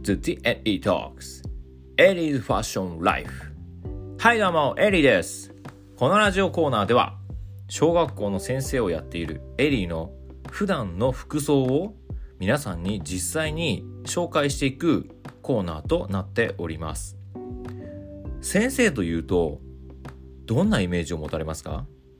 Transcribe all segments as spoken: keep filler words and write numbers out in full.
to ティーアンドイー Talks Eddie's Fashion Life。 はいどうも、エリーです。このラジオコーナーでは小学校の先生をやっているエリーの普段の服装を皆さんに実際に紹介していくコーナーとなっております。先生というとどんなイメージを持たれますか？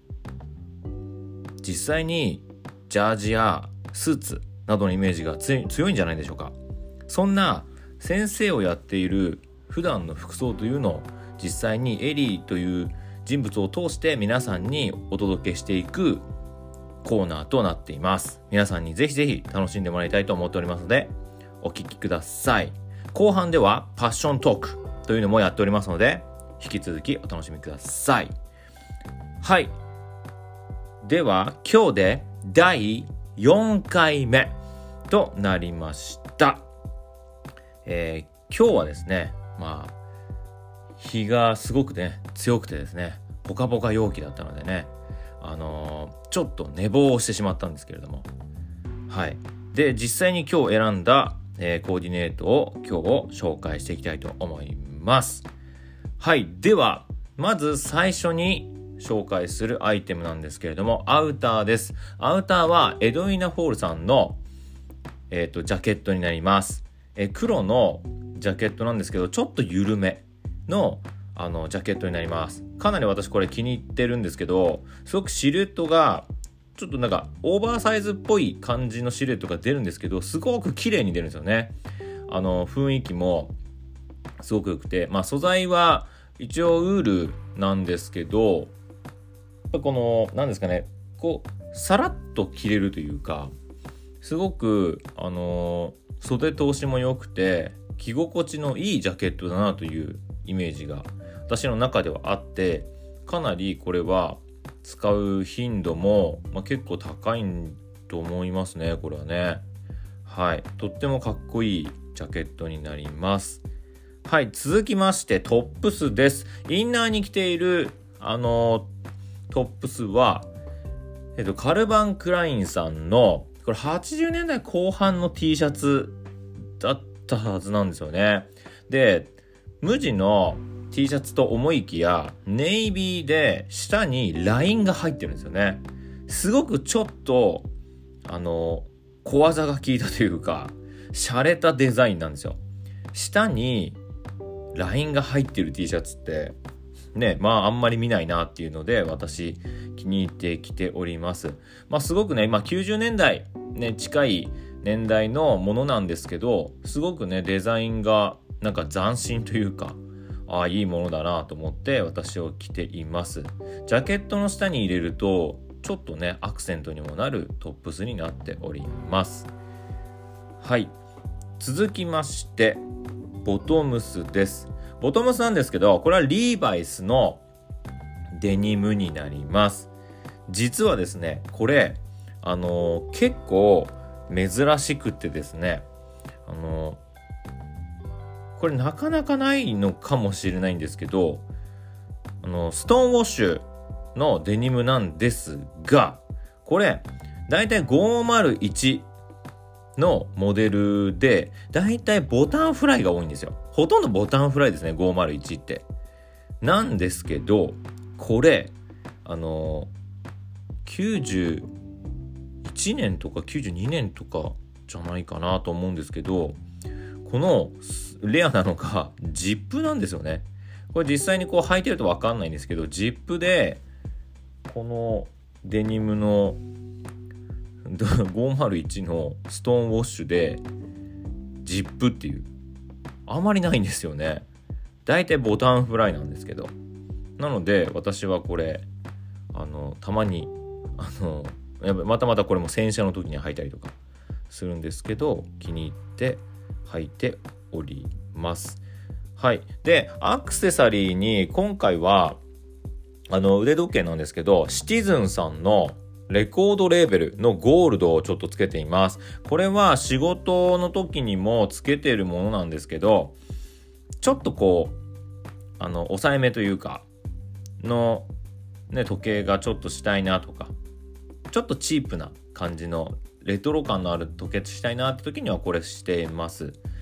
実際にジャージやスーツなどのイメージが強いんじゃないでしょうか。そんな先生をやっている普段の服装というのを実際にエリーという人物を通して皆さんにお届けしていくコーナーとなっています。皆さんにぜひぜひ楽しんでもらいたいと思っておりますのでお聞きください。後半ではパッショントークというのもやっておりますので引き続きお楽しみください。はい、では今日でだいよんかいめとなりました。えー、今日はですね、まあ日がすごくね強くてですね、ポカポカ陽気だったのでね、あのー、ちょっと寝坊をしてしまったんですけれども、はい。で実際に今日選んだ、えー、コーディネートを今日紹介していきたいと思います。はい。ではまず最初に紹介するアイテムなんですけれども、アウターです。アウターはエドウィナ・フォールさんの、えーと、ジャケットになります。え黒のジャケットなんですけど、ちょっと緩めのあのジャケットになります。かなり私これ気に入ってるんですけど、すごくシルエットがちょっとなんかオーバーサイズっぽい感じのシルエットが出るんですけど、すごく綺麗に出るんですよね。あの雰囲気もすごく良くて、まあ素材は一応ウールなんですけど、この何ですかね、こうさらっと着れるというか、すごくあの袖通しも良くて着心地のいいジャケットだなというイメージが私の中ではあって、かなりこれは使う頻度も、まあ、結構高いと思いますね。これはね、はい、とってもかっこいいジャケットになります。はい、続きましてトップスです。インナーに着ているあのトップスは、えっと、カルバン・クラインさんのこれはちじゅうねんだいこう半の T シャツだったはずなんですよね。で無地の T シャツと思いきやネイビーで下にラインが入ってるんですよね。すごくちょっとあの小技が効いたというか洒落たデザインなんですよ。下にラインが入ってる T シャツってね、まああんまり見ないなっていうので私気に入ってきております。まあすごくね、まあきゅうじゅうねんだいね近い年代のものなんですけど、すごくねデザインがなんか斬新というか、ああいいものだなと思って私を着ています。ジャケットの下に入れるとちょっとねアクセントにもなるトップスになっております。はい、続きましてボトムスです。ボトムスなんですけど、これはリーバイスのデニムになります。実はですねこれあのー、結構珍しくてですね、あのー、これなかなかないのかもしれないんですけど、あのー、ストーンウォッシュのデニムなんですが、これだいたいごーまるいちのモデルでだいたいボタンフライが多いんですよ。ほとんどボタンフライですね、ごーまるいちってなんですけど、これあのきゅうじゅういちねんとかきゅうじゅうにねんとかじゃないかなと思うんですけど、このレアなのがジップなんですよね。これ実際にこう履いてると分かんないんですけど、ジップでこのデニムのごーまるいちのストーンウォッシュでジップっていうあまりないんですよね。だいたいボタンフライなんですけど、なので私はこれあのたまにあのやっぱまたまたこれも洗車の時に履いたりとかするんですけど、気に入って履いております。はい。でアクセサリーに今回はあの腕時計なんですけど、シティズンさんのレコードレーベルのゴールドをちょっとつけています。これは仕事の時にもつけているものなんですけど、ちょっとこうあの抑えめというかの、ね、時計がちょっとしたいなとか、ちょっとチープな感じのレトロ感のある時計したいなって時にはこれしています。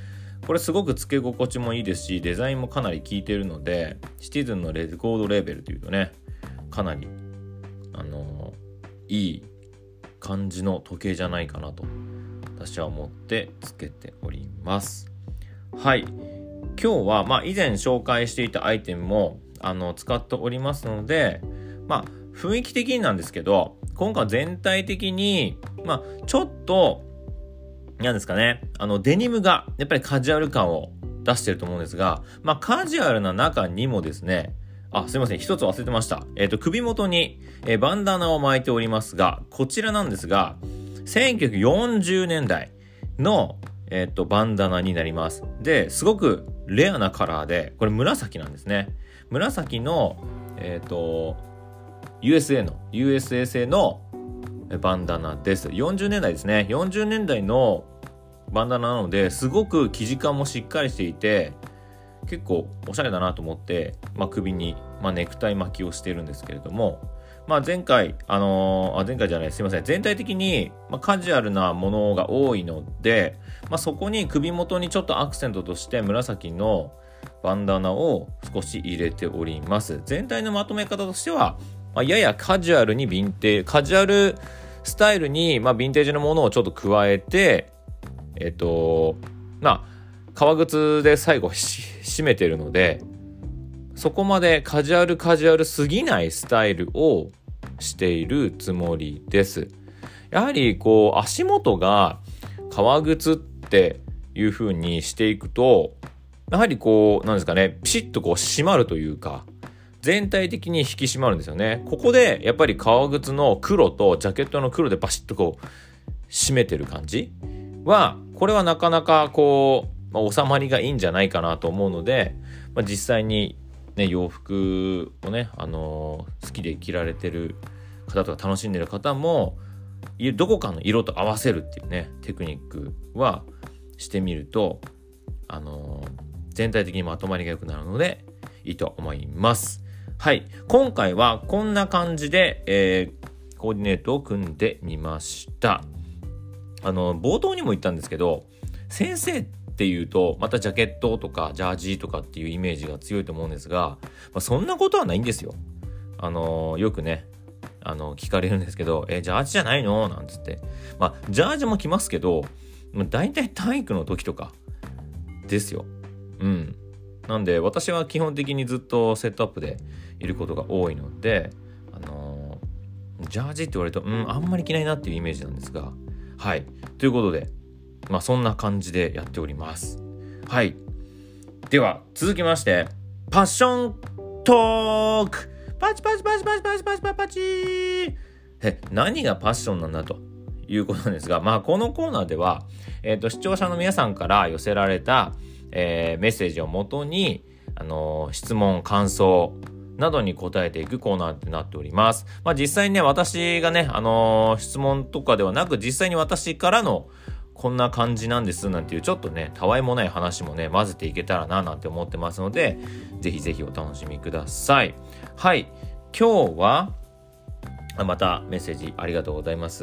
これすごく付け心地もいいですし、デザインもかなり効いているので、シティズンのレコードレーベルというとね、かなりあのいい感じの時計じゃないかなと私は思ってつけております。はい、今日はまあ以前紹介していたアイテムもあの使っておりますので、まあ雰囲気的になんですけど、今回全体的にまあちょっとなんですかね、あのデニムがやっぱりカジュアル感を出してると思うんですが、まあカジュアルな中にもですね、あ、すいません、一つ忘れてました。えっと、首元に、えー、バンダナを巻いておりますが、こちらなんですが、せんきゅうひゃくよんじゅうねんだいの、えっと、バンダナになります。で、すごくレアなカラーで、これ紫なんですね。紫の、えっと、ユーエスエー の、ユーエスエー 製のバンダナです。よんじゅうねんだいですね。よんじゅうねんだいのバンダナなので、すごく生地感もしっかりしていて、結構おしゃれだなと思って、まあ、首に、まあ、ネクタイ巻きをしているんですけれども、まあ、前回、あのー、あ前回じゃないすいません全体的に、まあ、カジュアルなものが多いので、まあ、そこに首元にちょっとアクセントとして紫のバンダナを少し入れております。全体のまとめ方としては、まあ、ややカジュアルにヴィンテージカジュアルスタイルに、まあ、ヴィンテージのものをちょっと加えて、えっとまあ革靴で最後締めてるので、そこまでカジュアルカジュアルすぎないスタイルをしているつもりです。やはりこう足元が革靴っていう風にしていくと、やはりこうなんですかね、ピシッとこう締まるというか、全体的に引き締まるんですよね。ここでやっぱり革靴の黒とジャケットの黒でバシッとこう締めてる感じは、これはなかなかこうまあ、収まりがいいんじゃないかなと思うので、まあ、実際に、ね、洋服をね、あのー、好きで着られてる方とか楽しんでる方もどこかの色と合わせるっていうねテクニックはしてみると、あのー、全体的にまとまりが良くなるのでいいと思います。はい、今回はこんな感じで、えー、コーディネートを組んでみました。あの冒頭にも言ったんですけど、先生っていうとまたジャケットとかジャージとかっていうイメージが強いと思うんですが、まあ、そんなことはないんですよ。あのー、よくねあの聞かれるんですけど、えジャージじゃないのなんつって、まあジャージも着ますけど、まあ、大体体育の時とかですよ。うんなんで私は基本的にずっとセットアップでいることが多いので、あのー、ジャージって言われるとうんあんまり着ないなっていうイメージなんですが、はいということでまあそんな感じでやっております。はい。では続きましてパッショントーク。パチパチパチパチパチパチパチパチ。え何がパッションなんだということなんですが、まあこのコーナーでは、えーと、視聴者の皆さんから寄せられた、えー、メッセージをもとに、あのー、質問感想などに答えていくコーナーとなっております。まあ実際にね私がね、あのー、質問とかではなく、実際に私からのこんな感じなんですなんていうちょっとねたわいもない話もね混ぜていけたらななんて思ってますので、ぜひぜひお楽しみください。はい、今日はまたメッセージありがとうございます。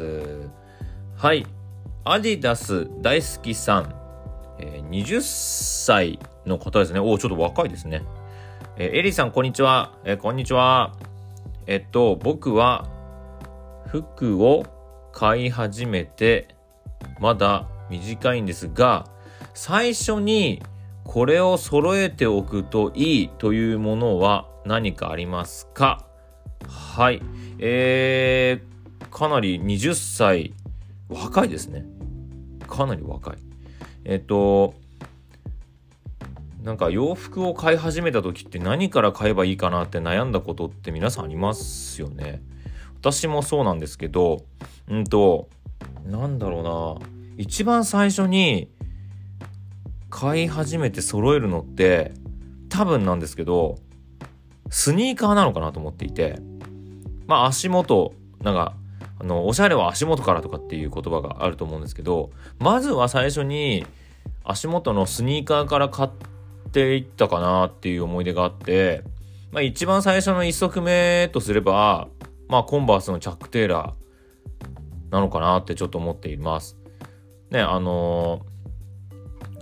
はい、アディダス大好きさん、えー、はたちの方ですね。おーちょっと若いですね。えー、エリーさんこんにちは、えー、こんにちは。えっと僕は服を買い始めてまだ短いんですが、最初にこれを揃えておくといいというものは何かありますか？はい、えー、かなりはたち若いですね。かなり若い。えっとなんか洋服を買い始めた時って何から買えばいいかなって悩んだことって皆さんありますよね。私もそうなんですけど、うんとなんだろうな、一番最初に買い始めて揃えるのって多分なんですけどスニーカーなのかなと思っていて、まあ足元なんかあのおしゃれは足元からとかっていう言葉があると思うんですけど、まずは最初に足元のスニーカーから買っていったかなっていう思い出があって、まあ一番最初の一足目とすればまあコンバースのチャック・テイラーなのかなってちょっと思っていますね。あの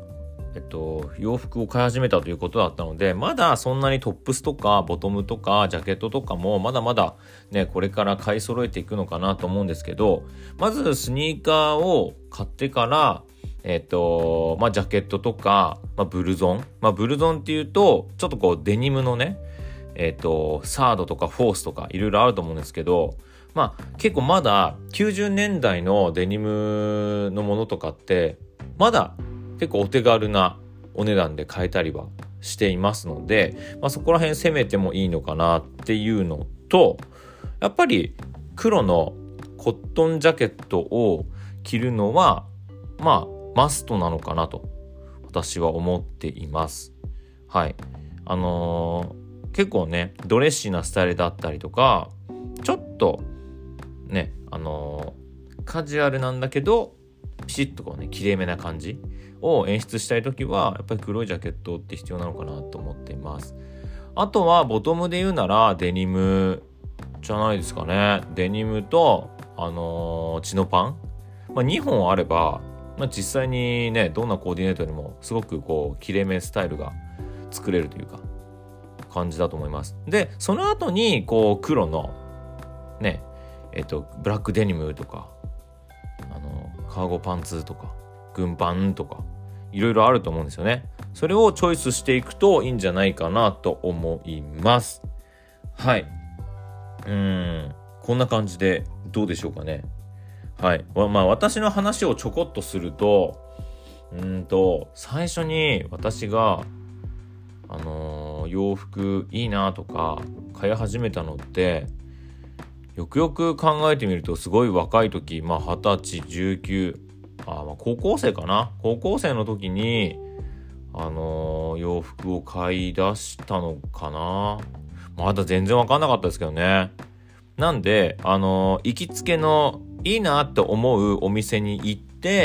えっと、洋服を買い始めたということだったので、まだそんなにトップスとかボトムとかジャケットとかもまだまだね、これから買い揃えていくのかなと思うんですけど、まずスニーカーを買ってから、えっと、まあ、ジャケットとか、まあ、ブルゾン。まあ、ブルゾンっていうと、ちょっとこうデニムのね、えっと、サードとかフォースとかいろいろあると思うんですけど、まあ、結構まだきゅうじゅうねんだいのデニムのものとかって、まだ結構お手軽なお値段で買えたりはしていますので、まあ、そこら辺攻めてもいいのかなっていうのと、やっぱり黒のコットンジャケットを着るのはまあマストなのかなと私は思っています。はい。あのー、結構ねドレッシーなスタイルだったりとか、ちょっとねあのー、カジュアルなんだけどピシッとこうねきれいめな感じを演出したいときはやっぱり黒いジャケットって必要なのかなと思っています。あとはボトムで言うならデニムじゃないですかね。デニムとあのー、チノパン、まあ、にほんあれば、まあ、実際にねどんなコーディネートにもすごくこうきれいめスタイルが作れるというか感じだと思います。でその後にこう黒のねえっとブラックデニムとかあのカーゴパンツとか軍パンとかいろいろあると思うんですよね。それをチョイスしていくといいんじゃないかなと思います。はい。うーんこんな感じでどうでしょうかね。はい。まあ私の話をちょこっとすると、うーんと最初に私があのー、洋服いいなとか買い始めたのって、よくよく考えてみるとすごい若い時、まあはたち、じゅうきゅう、あまあ高校生かな。高校生の時にあのー、洋服を買い出したのかな。まだ全然分かんなかったですけどね。なんであのー、行きつけのいいなって思うお店に行って、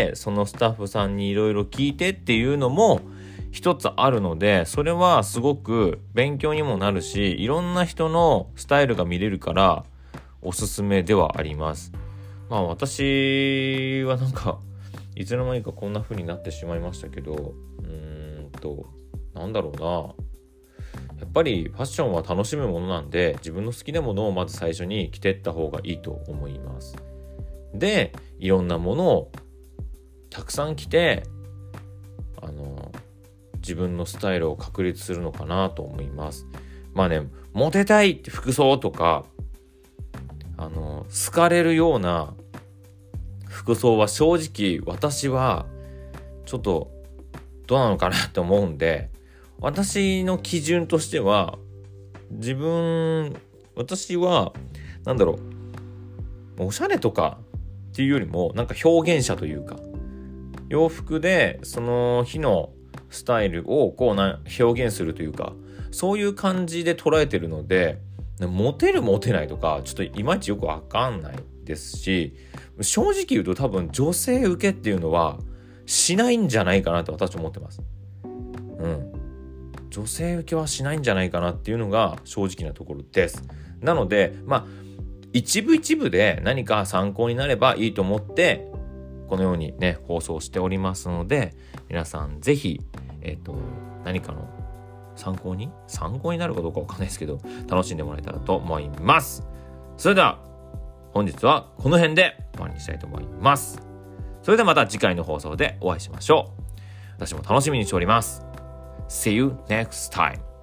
そのスタッフさんにいろいろ聞いてっていうのも一つあるので、それはすごく勉強にもなるし、いろんな人のスタイルが見れるからおすすめではあります。まあ私はなんかいつの間にかこんな風になってしまいましたけど、うーんとなんだろうな。やっぱりファッションは楽しむものなんで、自分の好きなものをまず最初に着てった方がいいと思います。で、いろんなものをたくさん着て、あの自分のスタイルを確立するのかなと思います。まあね、モテたいって服装とか、あの好かれるような服装は正直私はちょっとどうなのかなって思うんで、私の基準としては自分私はなんだろうおしゃれとかっていうよりもなんか表現者というか、洋服でその日のスタイルをこうな表現するというか、そういう感じで捉えてるので、モテるモテないとかちょっといまいちよくわかんないですし、正直言うと多分女性受けっていうのはしないんじゃないかなと私は思ってます。うん。女性受けはしないんじゃないかなっていうのが正直なところです。なのでまあ一部一部で何か参考になればいいと思ってこのようにね放送しておりますので、皆さんぜひえっと何かの参考に参考になるかどうかわかんないですけど楽しんでもらえたらと思います。それでは本日はこの辺で終わりにしたいと思います。それではまた次回の放送でお会いしましょう。私も楽しみにしております。See you next time.